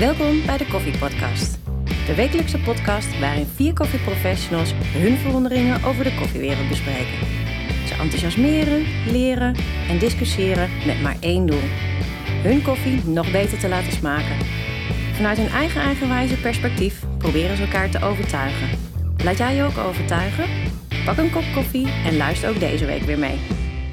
Welkom bij de Koffie Podcast. De wekelijkse podcast waarin 4 koffieprofessionals hun verwonderingen over de koffiewereld bespreken. Ze enthousiasmeren, leren en discussiëren met maar één doel: hun koffie nog beter te laten smaken. Vanuit hun eigen eigenwijze perspectief proberen ze elkaar te overtuigen. Laat jij je ook overtuigen? Pak een kop koffie en luister ook deze week weer mee.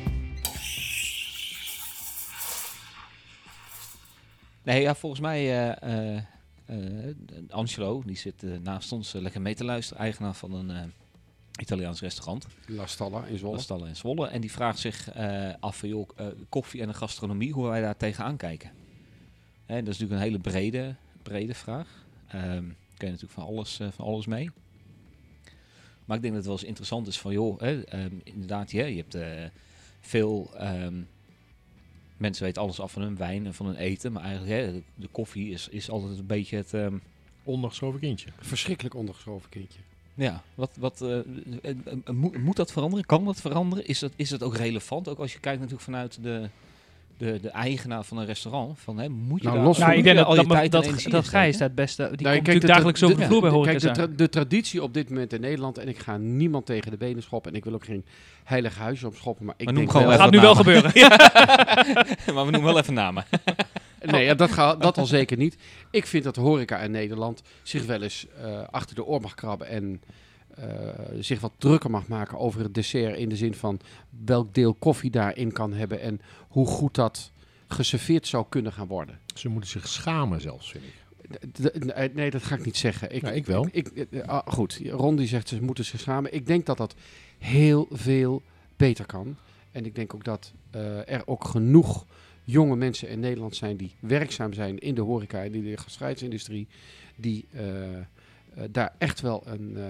Nee, ja, volgens mij Angelo, die zit naast ons lekker mee te luisteren, eigenaar van een Italiaans restaurant. La Stalla in Zwolle. En die vraagt zich af van, joh, koffie en de gastronomie, hoe wij daar tegenaan kijken. Dat is natuurlijk een hele brede vraag. Kun je natuurlijk van alles mee. Maar ik denk dat het wel eens interessant is van, joh, inderdaad, je hebt veel... mensen weten alles af van hun wijn en van hun eten. Maar eigenlijk, de koffie is altijd een beetje het... ondergeschoven kindje. Verschrikkelijk ondergeschoven kindje. Ja, moet dat veranderen? Kan dat veranderen? Is dat ook relevant? Ook als je kijkt natuurlijk vanuit de eigenaar van een restaurant. Van, moet je Nou, daar... los van- moet ik je denk al je tijd en dat energie Gijs insteken? daar het beste... Die Nou, komt kijk, natuurlijk dagelijks over de vloer bij kijk, horecazaken. de traditie op dit moment in Nederland, en ik ga niemand tegen de benen schoppen, en ik wil ook geen heilig huisje opschoppen, maar ik Maar denk noem gewoon wel... Gaat nu wel gebeuren. Maar we noemen wel even namen. Nee, ja, dat al zeker niet. Ik vind dat de horeca in Nederland zich wel eens achter de oor mag krabben en zich wat drukker mag maken over het dessert, in de zin van welk deel koffie daarin kan hebben en hoe goed dat geserveerd zou kunnen gaan worden. Ze moeten zich schamen zelfs, vind ik. Nee, dat ga ik niet zeggen. Ik wel. Goed, Ron die zegt ze moeten zich schamen. Ik denk dat dat heel veel beter kan. En ik denk ook dat er ook genoeg jonge mensen in Nederland zijn die werkzaam zijn in de horeca en in de gastvrijheidsindustrie, die daar echt wel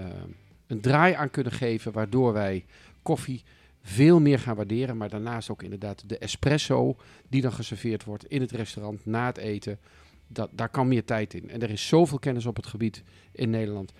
een draai aan kunnen geven, waardoor wij koffie veel meer gaan waarderen, maar daarnaast ook inderdaad de espresso die dan geserveerd wordt in het restaurant na het eten. Daar kan meer tijd in. En er is zoveel kennis op het gebied in Nederland.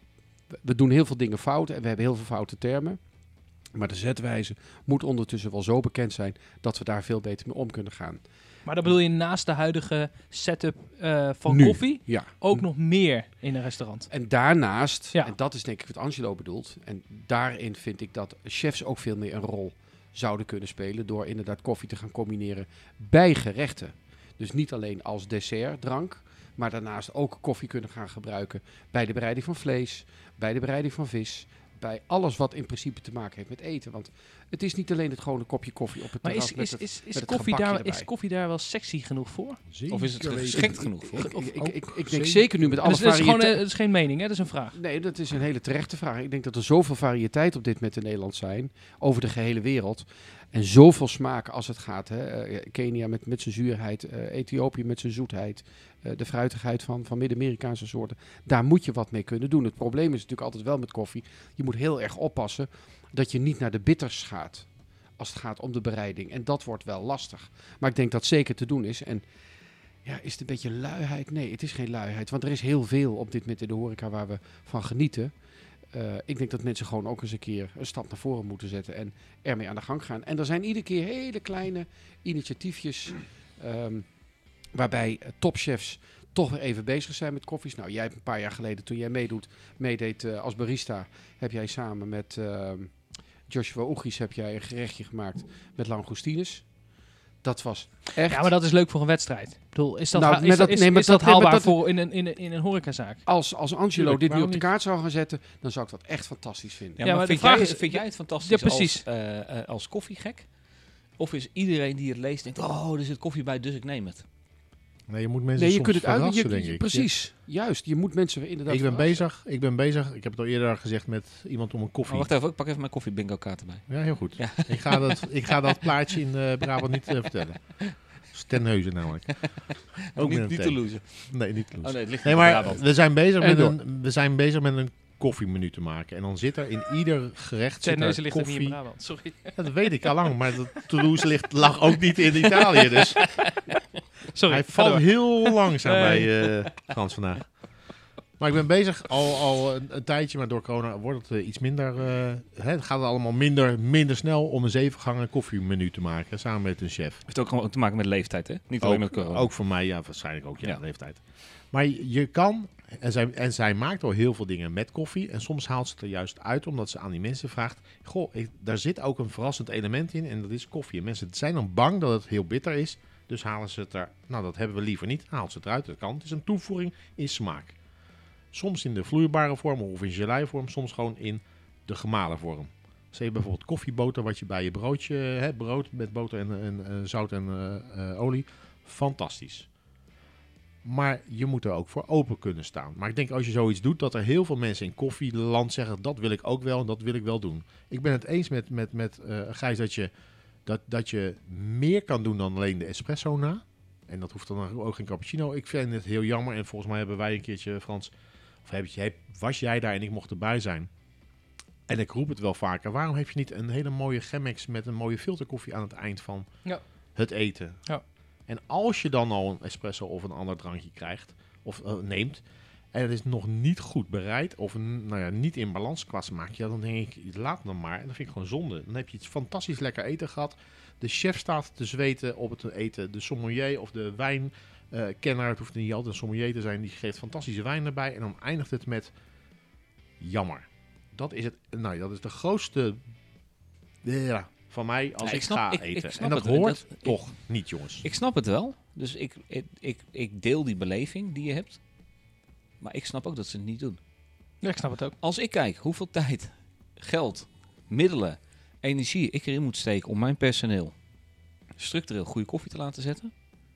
We doen heel veel dingen fout en we hebben heel veel foute termen. Maar de zetwijze moet ondertussen wel zo bekend zijn dat we daar veel beter mee om kunnen gaan. Maar dan bedoel je naast de huidige setup van Nu, koffie ja. ook nog meer in een restaurant? En daarnaast, Ja. en dat is denk ik wat Angelo bedoelt, en daarin vind ik dat chefs ook veel meer een rol zouden kunnen spelen door inderdaad koffie te gaan combineren bij gerechten. Dus niet alleen als dessertdrank, maar daarnaast ook koffie kunnen gaan gebruiken bij de bereiding van vlees, bij de bereiding van vis, bij alles wat in principe te maken heeft met eten. Want het is niet alleen het gewone kopje koffie op het Maar terras is het koffie gebakje is erbij. koffie daar wel sexy genoeg voor? Of is het geschikt genoeg voor? Ik denk zeker nu met alle Dus dat is gewoon variëteiten. dat is geen mening, hè? Dat is een vraag. Nee, dat is een hele terechte vraag. Ik denk dat er zoveel variëteit op dit moment in Nederland zijn, over de gehele wereld. En zoveel smaken als het gaat. Hè. Kenia met zijn zuurheid, Ethiopië met zijn zoetheid, de fruitigheid van Midden-Amerikaanse soorten. Daar moet je wat mee kunnen doen. Het probleem is natuurlijk altijd wel met koffie. Je moet heel erg oppassen dat je niet naar de bitters gaat als het gaat om de bereiding. En dat wordt wel lastig. Maar ik denk dat zeker te doen is. En ja, is het een beetje luiheid? Nee, het is geen luiheid. Want er is heel veel op dit moment in de horeca waar we van genieten. Ik denk dat mensen gewoon ook eens een keer een stap naar voren moeten zetten en ermee aan de gang gaan. En er zijn iedere keer hele kleine initiatiefjes waarbij topchefs toch weer even bezig zijn met koffies. Nou, jij hebt een paar jaar geleden, toen jij meedeed als barista, heb jij samen met Joshua Oegis heb jij een gerechtje gemaakt met langoustines. Dat was echt... Ja, maar dat is leuk voor een wedstrijd. Ik bedoel, is dat, Nou, is dat, nee, maar is dat dat- nee, maar haalbaar dat- voor in een horecazaak? Als Angelo Tuurlijk, dit nu waarom op de kaart zou gaan zetten, dan zou ik dat echt fantastisch vinden. Ja, Ja, maar maar de vind vraag is- jij het fantastisch Ja, precies. als koffiegek? Of is iedereen die het leest denkt, er zit koffie bij, dus ik neem het? Nee, je moet mensen Nee, je soms kunt het uit. verrassen, denk ik. Precies, juist. Je moet mensen inderdaad Ik ben verrassen. bezig. Ik heb het al eerder gezegd met iemand om een koffie. Oh, wacht even, ik pak even mijn koffie bingo kaart erbij. Ja, heel goed. Ja. Ik ga dat plaatje in Brabant niet vertellen. Stenheuzen namelijk. Ook met een niet T. te losen. Nee, niet te Oh losen. nee, het ligt Nee, in maar Brabant. we zijn bezig met een koffiemenu te maken. En dan zit er in ieder gerecht zit Tenneuzen er ligt er niet in koffie. Brabant, sorry. Ja, dat weet ik al lang, maar Toulouse lag ook niet in Italië. Dus Sorry, hij ga valt door. heel langzaam bij Frans vandaag. Maar ik ben bezig al een tijdje, maar door corona wordt het iets minder. Het gaat allemaal minder snel om een 7-gangen koffiemenu te maken, samen met een chef. Heeft ook gewoon te maken met leeftijd, hè? Niet alleen met corona. Ook voor mij, ja, waarschijnlijk ook, ja, Ja. leeftijd. Maar je kan, en zij maakt al heel veel dingen met koffie. En soms haalt ze het er juist uit, omdat ze aan die mensen vraagt... Goh, daar zit ook een verrassend element in en dat is koffie. En mensen zijn dan bang dat het heel bitter is, dus halen ze het er... Nou, dat hebben we liever niet, haalt ze het eruit. Dat kan. Het is een toevoeging in smaak. Soms in de vloeibare vorm of in gelei-vorm, soms gewoon in de gemalen vorm. Ze heeft bijvoorbeeld koffieboter, wat je bij je broodje... brood met boter en zout en olie. Fantastisch. Maar je moet er ook voor open kunnen staan. Maar ik denk als je zoiets doet, dat er heel veel mensen in koffieland zeggen... dat wil ik ook wel en dat wil ik wel doen. Ik ben het eens met Gijs dat je meer kan doen dan alleen de espresso na. En dat hoeft dan ook geen cappuccino. Ik vind het heel jammer. En volgens mij hebben wij een keertje, Frans... was jij daar en ik mocht erbij zijn. En ik roep het wel vaker. Waarom heb je niet een hele mooie Chemex met een mooie filterkoffie aan het eind van het eten? Ja. En als je dan al een espresso of een ander drankje krijgt of neemt en het is nog niet goed bereid of niet in balans qua smaak, ja, dan denk ik, laat dan maar. En dat vind ik gewoon zonde. Dan heb je iets fantastisch lekker eten gehad. De chef staat te zweten op het eten. De sommelier of de wijnkenner, het hoeft niet altijd een sommelier te zijn, die geeft fantastische wijn erbij en dan eindigt het met jammer. Dat is het. Nou, dat is de grootste van mij als ik ga eten. snap En dat het. hoort toch niet, jongens. Ik snap het wel. Dus ik deel die beleving die je hebt. Maar ik snap ook dat ze het niet doen. Ja, ik snap het ook. Als ik kijk hoeveel tijd, geld, middelen, energie ik erin moet steken om mijn personeel structureel goede koffie te laten zetten,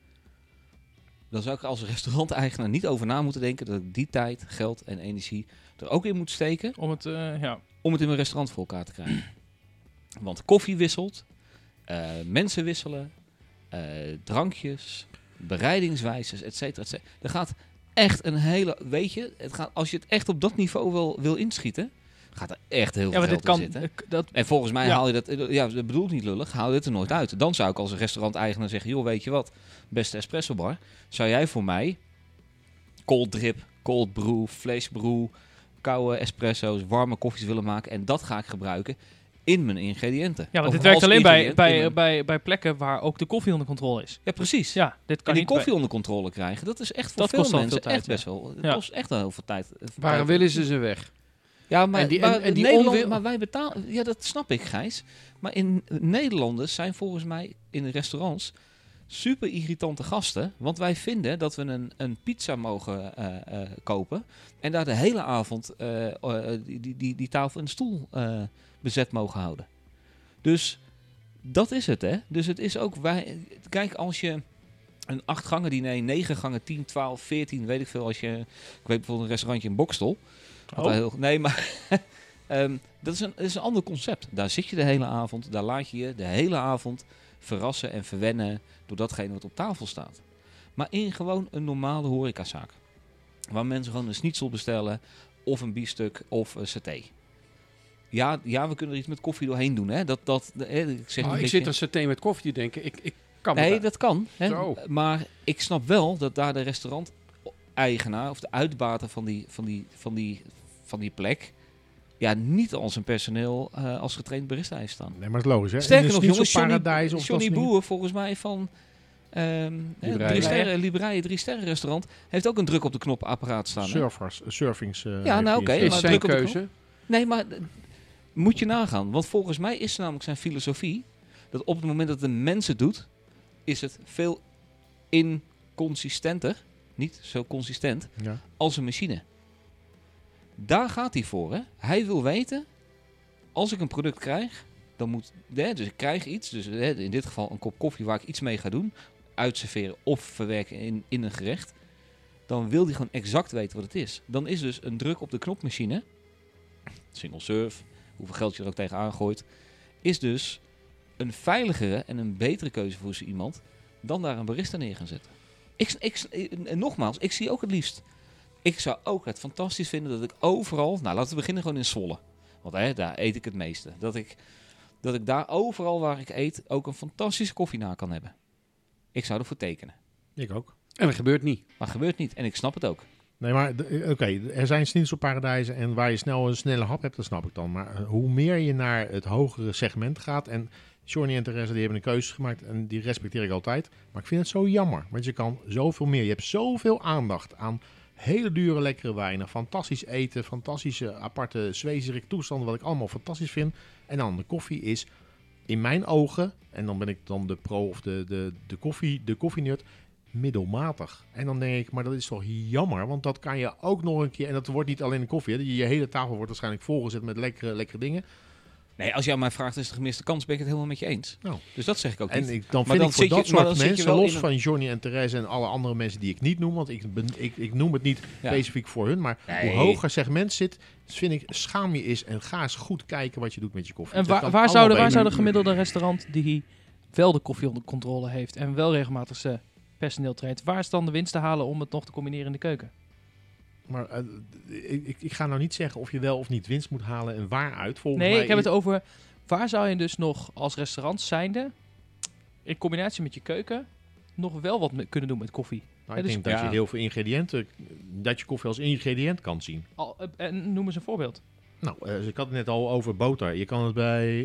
dan zou ik als restauranteigenaar niet over na moeten denken dat ik die tijd, geld en energie er ook in moet steken Om het, om het in mijn restaurant voor elkaar te krijgen. Want koffie wisselt, mensen wisselen, drankjes, bereidingswijzes, et cetera, et cetera. Er gaat echt een hele, weet je, als je het echt op dat niveau wil inschieten, gaat er echt heel veel geld in zitten. En volgens mij haal je dat, dat bedoel ik niet lullig, haal je het er nooit uit. Dan zou ik als een restauranteigenaar zeggen, joh, weet je wat, beste espresso bar, zou jij voor mij cold drip, cold brew, flash brew, koude espresso's, warme koffies willen maken en dat ga ik gebruiken in mijn ingrediënten. Ja, want Of dit werkt als alleen ingrediënt bij plekken waar ook de koffie onder controle is. Ja, precies. Ja, dit kan En die niet koffie onder controle krijgen, dat is echt voor Dat veel kost al mensen veel tijd, echt best wel. Het Ja. kost echt wel heel veel tijd. Waar willen ze ze weg? Ja, maar, En die Nederland, onwil- maar wij betalen... Ja, dat snap ik, Gijs. Maar in Nederlanders zijn volgens mij in de restaurants super irritante gasten. Want wij vinden dat we een pizza mogen kopen. En daar de hele avond die tafel en stoel bezet mogen houden. Dus dat is het, hè. Dus het is ook... Kijk, als je een 8-gangen diner, 9 gangen, 10, 12, 14, weet ik veel. Ik weet bijvoorbeeld een restaurantje in Bokstel. Nee, maar dat is een ander concept. Daar zit je de hele avond. Daar laat je je de hele avond verrassen en verwennen door datgene wat op tafel staat. Maar in gewoon een normale horecazaak. Waar mensen gewoon een schnitzel bestellen of een biefstuk of een saté. Ja, we kunnen er iets met koffie doorheen doen. Hè? Ik zit aan saté met koffie te denken. Ik kan Nee, dat kan. Hè? Zo. Maar ik snap wel dat daar de restauranteigenaar of de uitbater van die plek niet al zijn personeel als getraind barista heeft staan. Nee, maar dat is logisch, hè? Sterker In nog, een jongens, Schnitzelparadijs of Johnny dat soort Boer, volgens mij van Libraïe. 3-sterren restaurant, heeft ook een druk op de knop apparaat staan. Hè? surfings. Ja, nou oké. Is maar zijn druk op de knop. keuze. Nee, maar moet je nagaan. Want volgens mij is namelijk zijn filosofie dat op het moment dat een mens het doet, is het veel inconsistenter, niet zo consistent, Ja. als een machine. Daar gaat hij voor. Hè? Hij wil weten, als ik een product krijg, dan moet... Dus ik krijg iets, dus in dit geval een kop koffie waar ik iets mee ga doen, uitserveren of verwerken in een gerecht, dan wil hij gewoon exact weten wat het is. Dan is dus een druk op de knopmachine, single serve, hoeveel geld je er ook tegenaan gooit, is dus een veiligere en een betere keuze voor zo iemand dan daar een barista neer gaan zetten. En nogmaals, ik zie ook het liefst. Ik zou ook het fantastisch vinden dat ik overal... Nou, laten we beginnen gewoon in Zwolle. Want daar eet ik het meeste. Dat ik daar overal waar ik eet ook een fantastische koffie na kan hebben. Ik zou ervoor tekenen. Ik ook. En dat gebeurt niet. Maar gebeurt niet. En ik snap het ook. Nee, maar oké, er zijn schnitzelparadijzen en waar je snel een snelle hap hebt, dat snap ik dan. Maar hoe meer je naar het hogere segment gaat, en Johnny en Therese die hebben een keuze gemaakt en die respecteer ik altijd. Maar ik vind het zo jammer, want je kan zoveel meer. Je hebt zoveel aandacht aan hele dure lekkere wijnen, fantastisch eten, fantastische aparte Zwezerik toestanden, wat ik allemaal fantastisch vind. En dan de koffie is in mijn ogen, en dan ben ik dan de pro of de koffienut, middelmatig. En dan denk ik, maar dat is toch jammer, want dat kan je ook nog een keer, en dat wordt niet alleen de koffie, hè, je hele tafel wordt waarschijnlijk volgezet met lekkere dingen. Nee, als jij mij vraagt, is de gemiste kans, ben ik het helemaal met je eens. Nou. Dus dat zeg ik ook niet. En dan Maar vind ik voor zit dat je- maar soort dan zit je mensen, wel los in van Johnny en Therese en alle andere mensen die ik niet noem, want ik noem het niet Ja. specifiek voor hun, maar Nee. hoe hoger segment zit, vind ik, schaam je eens en ga eens goed kijken wat je doet met je koffie. En Dat kan waar zou allemaal de beter. gemiddelde restaurant die wel de koffie onder controle heeft en wel regelmatig zijn personeel traint, waar is dan de winst te halen om het nog te combineren in de keuken? Maar ik ga nou niet zeggen of je wel of niet winst moet halen en waaruit. Volgens Nee, mij ik heb het over, waar zou je dus nog als restaurant zijnde, in combinatie met je keuken, nog wel wat kunnen doen met koffie? Nou, ik dus- denk dat Ja. je heel veel ingrediënten, dat je koffie als ingrediënt kan zien. En noem eens een voorbeeld. Nou, ik had het net al over boter. Je kan het bij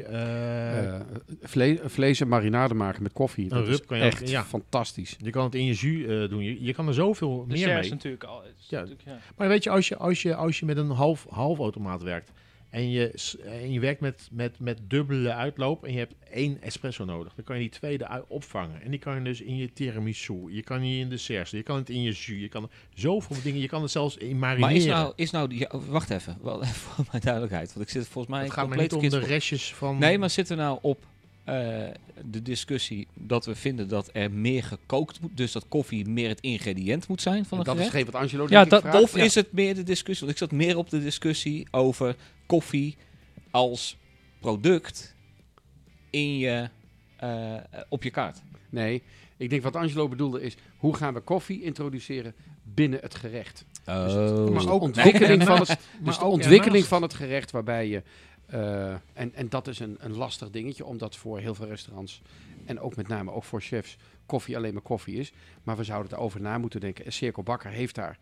Vlees en marinade maken met koffie. Dat rub is kan je echt ook- ja. fantastisch. je kan het in je jus doen. Je kan er zoveel meer Desserts mee. natuurlijk al. Ja. Natuurlijk, ja. Maar weet je, als je met een half automaat werkt en je werkt met dubbele uitloop en je hebt 1 espresso nodig, dan kan je die tweede opvangen. En die kan je dus in je tiramisu, je kan die in desserts, je kan het in je jus, je kan er zoveel dingen, je kan het zelfs in marineren. Maar is nou wacht even, wel even voor mijn duidelijkheid, want ik zit volgens mij het gaat me compleet niet om de verkeerd restjes van... Nee, maar zitten we nou op de discussie dat we vinden dat er meer gekookt moet, dus dat koffie meer het ingrediënt moet zijn van een Dat is gerecht? geen wat Angelo Ja, denk ik dat- vraagt. Of is het meer de discussie, want ik zat meer op de discussie over koffie als product in je, op je kaart. Nee, ik denk wat Angelo bedoelde is, hoe gaan we koffie introduceren binnen het gerecht? Oh. Dus maar de ook- ontwikkeling, nee, van, het, maar dus de ook ontwikkeling ernaast. van het gerecht waarbij je... en dat is een lastig dingetje, omdat voor heel veel restaurants en ook met name ook voor chefs koffie alleen maar koffie is. Maar we zouden erover na moeten denken. Cirkel Bakker heeft daar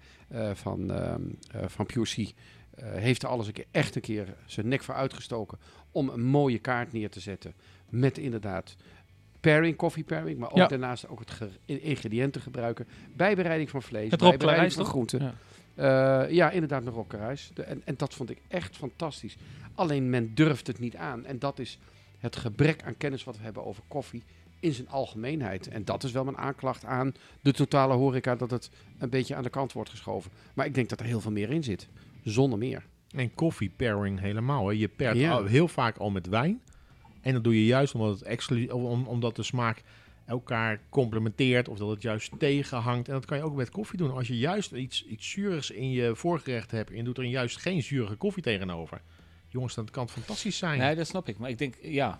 van Pure Sea, heeft er alles echt een keer zijn nek voor uitgestoken om een mooie kaart neer te zetten met inderdaad koffie pairing, maar ook Ja. daarnaast ook het ingrediënten gebruiken bij bereiding van vlees, Het bij rookklarijs bereiding van toch? groenten. Ja. Ja, inderdaad, nog rokkerijs. En dat vond ik echt fantastisch. Alleen men durft het niet aan. En dat is het gebrek aan kennis wat we hebben over koffie in zijn algemeenheid. En dat is wel mijn aanklacht aan de totale horeca, dat het een beetje aan de kant wordt geschoven. Maar ik denk dat er heel veel meer in zit. Zonder meer. En koffie pairing helemaal. Hè. Je pairt Ja. heel vaak al met wijn. En dat doe je juist omdat de smaak elkaar complementeert of dat het juist tegenhangt. En dat kan je ook met koffie doen. Als je juist iets zuurigs in je voorgerecht hebt en je doet er juist geen zurige koffie tegenover. Jongens, dat kan fantastisch zijn. Nee, dat snap ik. Maar ik denk, ja.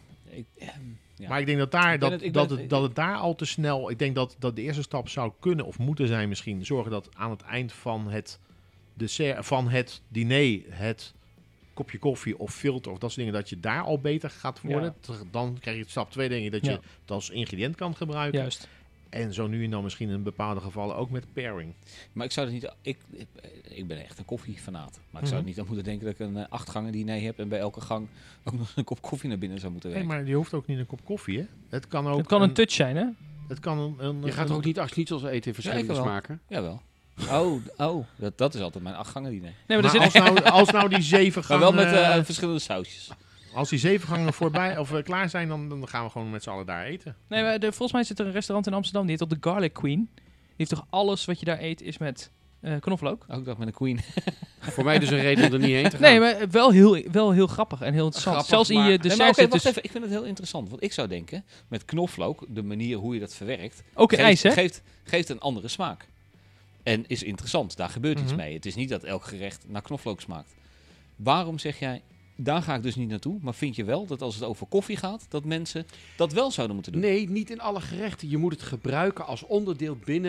Maar ik denk dat, daar, Ik ben dat het daar al te snel... Ik denk dat de eerste stap zou kunnen of moeten zijn misschien... zorgen dat aan het eind van het dessert, van het diner... het kopje koffie of filter of dat soort dingen... dat je daar al beter gaat worden. Dan krijg je stap 2, denk ik, dat je Ja. het als ingrediënt kan gebruiken. Juist. En zo nu en dan misschien in bepaalde gevallen ook met pairing. Maar ik zou het niet... Ik ben echt een koffiefanaat. Maar ik zou er niet aan moeten denken dat ik een 8 gangen diner heb... en bij elke gang ook nog een kop koffie naar binnen zou moeten Nee, werken. maar je hoeft ook niet een kop koffie, hè? Het kan ook Het kan een touch zijn, hè? Het kan Je gaat ook niet schnitzels eten in verschillende Ja, ik wel. smaken. Jawel. Dat is altijd mijn 8 gangen diner. Nee, maar er Maar zit als nou die 7 Maar gangen... wel met verschillende sausjes. Als die 7 gangen voorbij of klaar zijn, dan gaan we gewoon met z'n allen daar eten. Nee, maar volgens mij zit er een restaurant in Amsterdam, die heet op de Garlic Queen. Die heeft toch alles wat je daar eet is met knoflook? Ook dat met een queen. Voor mij dus een reden om er niet heen te gaan. Nee, maar wel heel grappig en heel interessant. Grappig, Zelfs in maar- je Nee, maar dessert oké, zit wacht dus even. Ik vind het heel interessant. Want ik zou denken, met knoflook, de manier hoe je dat verwerkt... ook een ijs, hè? Geeft een andere smaak. En is interessant. Daar gebeurt iets Mhm. mee. Het is niet dat elk gerecht naar knoflook smaakt. Waarom zeg jij, daar ga ik dus niet naartoe. Maar vind je wel dat als het over koffie gaat, dat mensen dat wel zouden moeten doen? Nee, niet in alle gerechten. Je moet het gebruiken als onderdeel binnen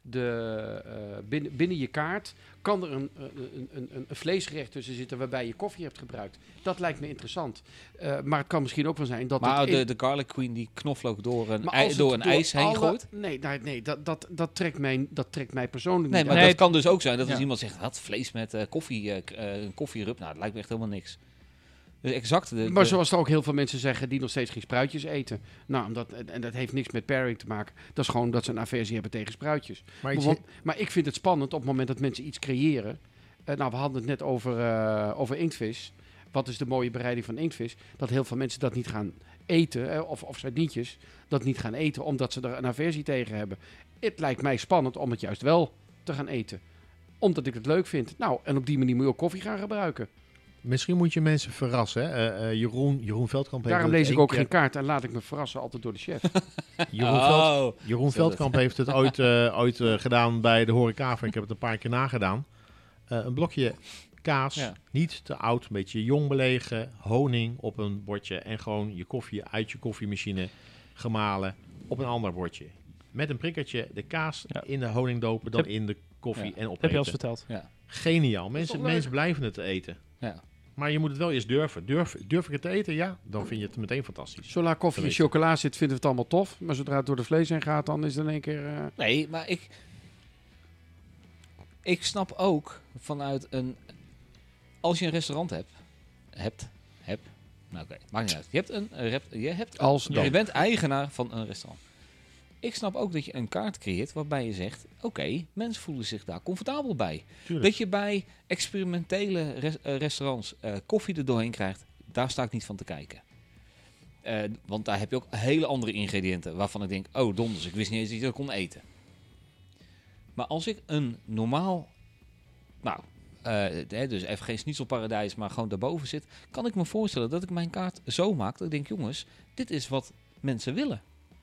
binnen je kaart kan er een vleesgerecht tussen zitten waarbij je koffie hebt gebruikt. Dat lijkt me interessant. Maar het kan misschien ook wel zijn dat... Maar het de Garlic Queen die knoflook door een maar als het door ijs heen alle- gooit? Nee, dat trekt mij persoonlijk Nee, niet maar aan. dat kan dus ook zijn dat als Ja. iemand zegt, wat vlees met koffierup, nou, dat lijkt me echt helemaal niks. Dus exact. Maar zoals er ook heel veel mensen zeggen die nog steeds geen spruitjes eten. Nou, en dat heeft niks met pairing te maken. Dat is gewoon dat ze een aversie hebben tegen spruitjes. Maar ik vind het spannend op het moment dat mensen iets creëren. Nou, we hadden het net over inktvis. Wat is de mooie bereiding van inktvis? Dat heel veel mensen dat niet gaan eten, of sardientjes, dat niet gaan eten omdat ze er een aversie tegen hebben. Het lijkt mij spannend om het juist wel te gaan eten. Omdat ik het leuk vind. Nou, en op die manier moet je ook koffie gaan gebruiken. Misschien moet je mensen verrassen. Hè? Jeroen Veldkamp heeft Daarom het lees ik één ook keer- geen kaart en laat ik me verrassen altijd door de chef. Jeroen Veldkamp heeft het ooit gedaan bij de horecaver. Ik heb het een paar keer nagedaan. Een blokje kaas, Ja. niet te oud, een beetje jong belegen, honing op een bordje en gewoon je koffie uit je koffiemachine gemalen op een ander bordje. Met een prikkertje de kaas in de honing dopen, dan in de koffie en Heb je al eens opeten. verteld. Geniaal. toch Mensen leuk? blijven het eten. Ja. Maar je moet het wel eerst durven. Durf ik het te eten? Ja, dan vind je het meteen fantastisch. Zolang koffie en Geweten. chocola zit, vinden we het allemaal tof. Maar zodra het door de vlees heen gaat, dan is het in één keer... Nee, maar ik snap ook vanuit een... Als je een restaurant hebt... Nou oké, maakt niet uit. Je bent eigenaar van een restaurant. Ik snap ook dat je een kaart creëert waarbij je zegt... Oké, mensen voelen zich daar comfortabel bij. Tuurlijk. Dat je bij experimentele restaurants koffie er doorheen krijgt... Daar sta ik niet van te kijken. Want daar heb je ook hele andere ingrediënten... waarvan ik denk, oh donders, ik wist niet eens dat ik dat kon eten. Maar als ik een normaal... dus even geen schnitzelparadijs, maar gewoon daarboven zit... kan ik me voorstellen dat ik mijn kaart zo maak... dat ik denk, jongens, dit is wat mensen willen.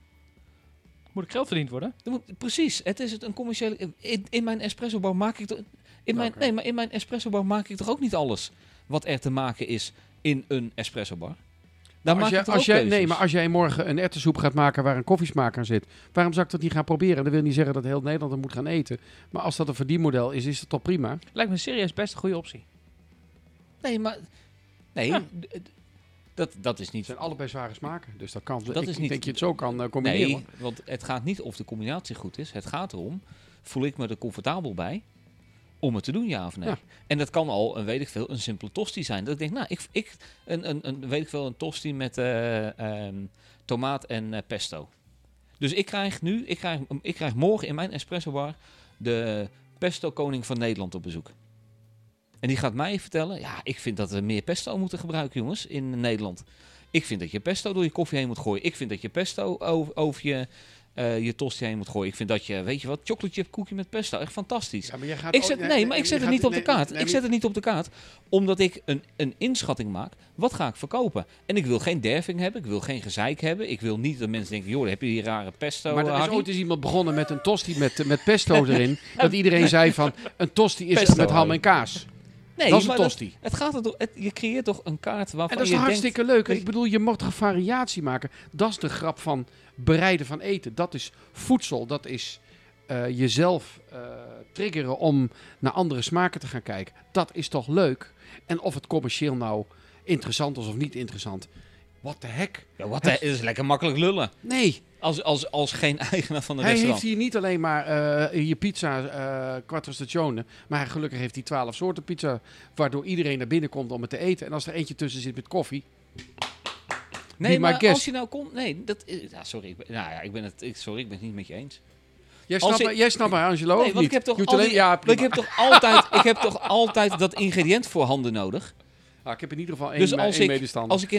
Moet ik geld verdiend worden? Precies, het is een commerciële... In mijn espressobar maak ik... in mijn espressobar maak ik toch ook niet alles... wat er te maken is in een espressobar. Daar maak ik toch ook keuzes. Nee, maar als jij morgen een erwtensoep gaat maken waar een koffiesmaak aan zit... waarom zou ik dat niet gaan proberen? Dat wil niet zeggen dat heel Nederland het moet gaan eten. Maar als dat een verdienmodel is dat toch prima? Lijkt me serieus best een goede optie. Nee, maar... Nee, Ja. dat is niet... Het zijn allebei zware smaken, dus dat kan. Dat is Ik niet- denk je het zo kan combineren. Nee, want het gaat niet of de combinatie goed is. Het gaat erom, voel ik me er comfortabel bij om het te doen, ja of nee? Ja. En dat kan al, een simpele tosti zijn. Dat ik denk, nou, een tosti met tomaat en pesto. Dus ik krijg morgen in mijn espresso bar de pesto koning van Nederland op bezoek. En die gaat mij vertellen, ja, ik vind dat we meer pesto moeten gebruiken, jongens, in Nederland. Ik vind dat je pesto door je koffie heen moet gooien. Ik vind dat je pesto over je tosti heen moet gooien. Ik vind dat je, weet je wat, chocolate chip koekje met pesto. Echt fantastisch. Ja, maar jij gaat Ik zet het niet op de kaart. Ik zet het niet op de kaart, omdat ik een inschatting maak. Wat ga ik verkopen? En ik wil geen derving hebben. Ik wil geen gezeik hebben. Ik wil niet dat mensen denken, joh, heb je hier rare pesto, Maar er is Harry? ooit eens iemand begonnen met een tosti met pesto erin. Dat iedereen zei van, een tosti is Pesto, met ham Harry. en kaas. Nee, dat is een maar tosti. Het gaat er toch, je creëert toch een kaart waarvan En dat is je hartstikke denkt, leuk. Ik bedoel, je mag toch variatie maken. Dat is de grap van bereiden van eten. Dat is voedsel. Dat is jezelf triggeren om naar andere smaken te gaan kijken. Dat is toch leuk? En of het commercieel nou interessant is of niet interessant. What the heck? Ja, wat de, is lekker makkelijk lullen. Nee, Als geen eigenaar van een hij heeft restaurant. hier niet alleen maar je pizza quattro stagione. Maar gelukkig heeft hij 12 soorten pizza. Waardoor iedereen naar binnen komt om het te eten. En als er eentje tussen zit met koffie. Nee, my maar guest. als je nou komt... Nee, dat is... Ja, sorry. Ik ben het niet met je eens. Jij Als snapt mij, Angelo, Nee, of want niet? ik heb toch Je moet al alleen- die- ja, Want prima. ik heb toch altijd dat ingrediënt voor handen nodig. Ah, ik heb in ieder geval één, Dus als één ik- medestander. Als ik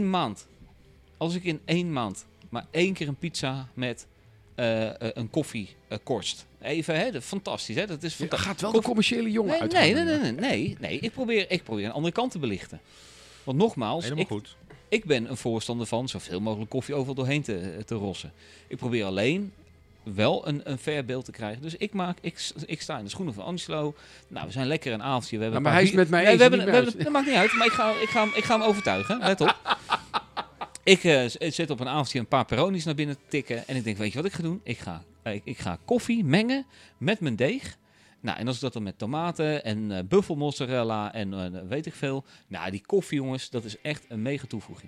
in 1 maand maar 1 keer een pizza met een koffie korst. Even, hè, fantastisch, hè? Dat is Je fantastisch. gaat wel de commerciële jongen uit. Nee. Ik probeer een andere kant te belichten. Want nogmaals, Helemaal goed. ik ben een voorstander van zoveel mogelijk koffie overal doorheen te rossen. Ik probeer alleen wel een fair beeld te krijgen. Dus ik sta in de schoenen van Angelo. Nou, we zijn lekker een avondje. We hebben Nou, een maar paar hij is bier- met mij Nee, eens, we hebben, niet we met hebben, dat maakt niet uit, maar ik ga hem overtuigen. Let op. Ik zit op een avondje een paar Peronis naar binnen te tikken. En ik denk, weet je wat ik ga doen? Ik ga koffie mengen met mijn deeg. Nou, en als ik dat dan met tomaten en buffelmozzarella en weet ik veel. Nou, die koffie, jongens, dat is echt een mega toevoeging.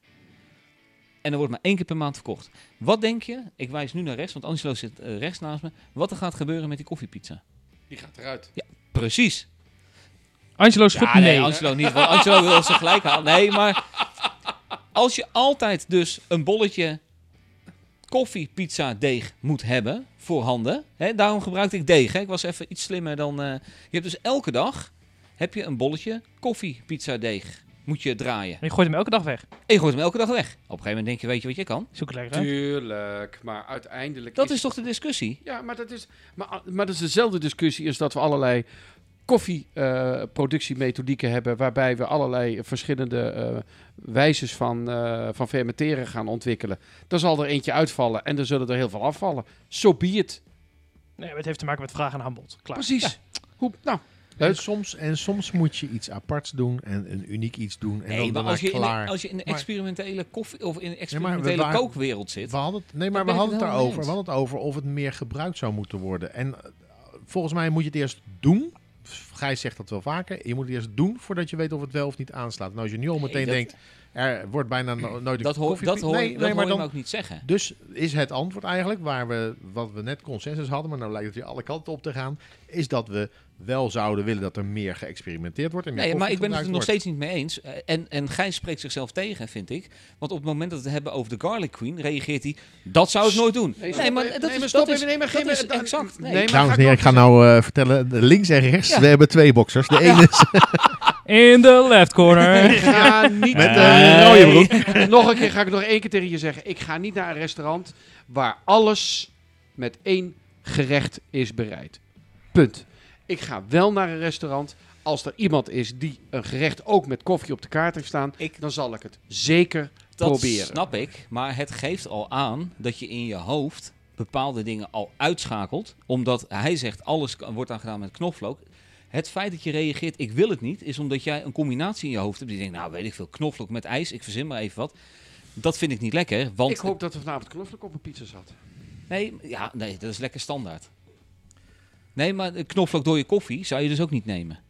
En er wordt maar 1 keer per maand verkocht. Wat denk je? Ik wijs nu naar rechts, want Angelo zit rechts naast me. Wat er gaat gebeuren met die koffiepizza? Die gaat eruit. Ja, precies. Angelo schudt Ja, nee. Angelo niet, want Angelo wil ze gelijk halen. Nee, maar als je altijd dus een bolletje koffiepizza deeg moet hebben voorhanden. Hè, daarom gebruikte ik deeg. Hè. Ik was even iets slimmer dan... je hebt dus elke dag heb je een bolletje koffiepizza deeg. Moet je draaien. En je gooit hem elke dag weg. En je gooit hem elke dag weg. Op een gegeven moment denk je, weet je wat je kan? Zoek het lekker uit. Tuurlijk, maar uiteindelijk Dat is toch de discussie? Ja, maar dat is dezelfde discussie als dat we allerlei koffieproductiemethodieken hebben, waarbij we allerlei verschillende wijzes van fermenteren gaan ontwikkelen. Dan zal er eentje uitvallen en dan zullen er heel veel afvallen. So be it. Nee, maar het heeft te maken met vraag en aanbod. Klaar. Precies. Hoe, nou, En soms moet je iets aparts doen en een uniek iets doen. En Nee, dan maar daarna als je in de Maar- experimentele koffie of in de maar experimentele we waren- kookwereld zit. We hadden het, nee, Daar maar we ben ik hadden het het helemaal daarover. mee We hadden het over of het meer gebruikt zou moeten worden. En volgens mij moet je het eerst doen. Gijs zegt dat wel vaker. Je moet het eerst doen voordat je weet of het wel of niet aanslaat. Nou, als je nu al meteen dat- denkt, er wordt bijna nooit Dat hoor koffie... je maar me dan, ook niet zeggen. dus is het antwoord eigenlijk, wat we net consensus hadden, maar nou lijkt het weer alle kanten op te gaan, is dat we wel zouden willen dat er meer geëxperimenteerd wordt. En meer Nee, maar ik ben het koffie er nog gebruikt steeds niet mee eens. En Gijs spreekt zichzelf tegen, vind ik. Want op het moment dat we het hebben over de Garlic Queen, reageert hij, dat zou ik nooit doen. Nee, maar dat is exact. Nee. Nee, wordt. Dames en heren, ik ga nou vertellen, links en rechts, Ja. we hebben 2 boxers. De ene is In the left corner. Ik ga niet met naar een rode broek. nog een keer ga ik nog 1 keer tegen je zeggen. Ik ga niet naar een restaurant waar alles met 1 gerecht is bereid. Punt. Ik ga wel naar een restaurant als er iemand is die een gerecht ook met koffie op de kaart heeft staan. Dan zal ik het zeker Dat proberen. snap ik, maar het geeft al aan dat je in je hoofd bepaalde dingen al uitschakelt. Omdat hij zegt, alles wordt dan gedaan met knoflook. Het feit dat je reageert, ik wil het niet, is omdat jij een combinatie in je hoofd hebt. Die denkt, nou weet ik veel, knoflook met ijs, ik verzin maar even wat. Dat vind ik niet lekker, want... Ik hoop dat er vanavond knoflook op een pizza zat. Nee, dat is lekker standaard. Nee, maar knoflook door je koffie zou je dus ook niet nemen.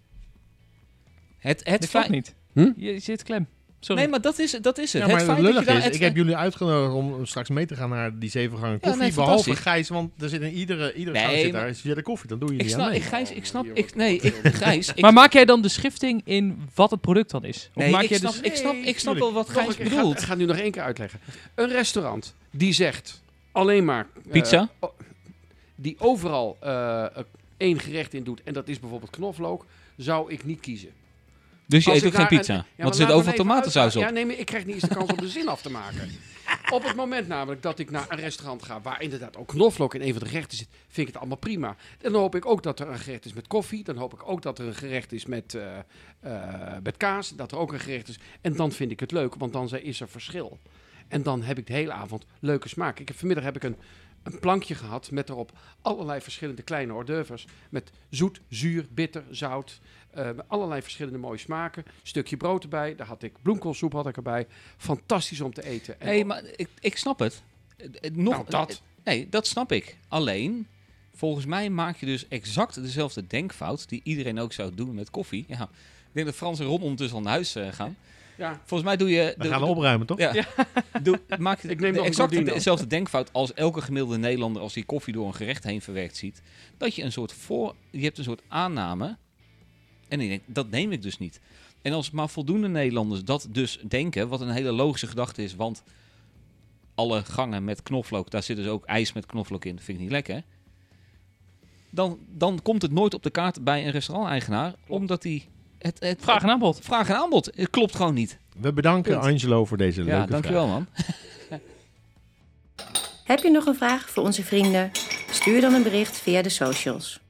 Het Dat feit... klopt niet. Hm? Je zit klem. Sorry. Nee, maar dat is het. Ja, het maar feit het dat je lullig daar... is, ik heb jullie uitgenodigd om straks mee te gaan naar die 7 gangen koffie. nee, behalve fantastisch. Gijs, want er zit in iedere gang Nee, zit maar- daar. Als je de koffie, dan doe je Ik niet aan snap, mee. Gijs... Maar maak jij dan de schifting in wat het product dan is? Of Nee, maak ik jij snap, dus... ik snap wel wat Nog Gijs een keer, bedoelt. Ik ga nu nog 1 keer uitleggen. Een restaurant die zegt alleen maar... Pizza? Die overal 1 gerecht in doet en dat is bijvoorbeeld knoflook, zou ik niet kiezen. Dus je Als eet ook ik geen daar pizza? een- ja, Want er maar zit laat overal me even tomatensaus op. Ja, nee, maar ik krijg niet eens de kans om de zin af te maken. Op het moment namelijk dat ik naar een restaurant ga waar inderdaad ook knoflook in een van de gerechten zit, vind ik het allemaal prima. En dan hoop ik ook dat er een gerecht is met koffie. Dan hoop ik ook dat er een gerecht is met kaas. Dat er ook een gerecht is. En dan vind ik het leuk, want dan is er verschil. En dan heb ik de hele avond leuke smaak. Vanmiddag heb ik een plankje gehad met erop allerlei verschillende kleine hors d'oeuvres. Met zoet, zuur, bitter, zout. Met allerlei verschillende mooie smaken. Stukje brood erbij. Daar had ik bloemkoolsoep had ik erbij. Fantastisch om te eten. En Nee, maar ik snap het. Nou, dat. Nee, dat snap ik. Alleen, volgens mij maak je dus exact dezelfde denkfout die iedereen ook zou doen met koffie. Ja, ik denk dat Frans en Ron ondertussen al naar huis gaan. Ja. Volgens mij doe je... We gaan opruimen, toch? Ja. Maak je Ik neem nog een exact Gordino. dezelfde denkfout als elke gemiddelde Nederlander als hij koffie door een gerecht heen verwerkt ziet. Dat je je hebt een soort aanname en ik denk, dat neem ik dus niet. En als maar voldoende Nederlanders dat dus denken, wat een hele logische gedachte is, want alle gangen met knoflook, daar zit dus ook ijs met knoflook in, dat vind ik niet lekker. Dan komt het nooit op de kaart bij een restauranteigenaar, omdat hij Vraag en aanbod. vraag en aanbod, het klopt gewoon niet. We bedanken Punt. Angelo voor deze leuke Ja, vraag. dankjewel man. Heb je nog een vraag voor onze vrienden? Stuur dan een bericht via de socials.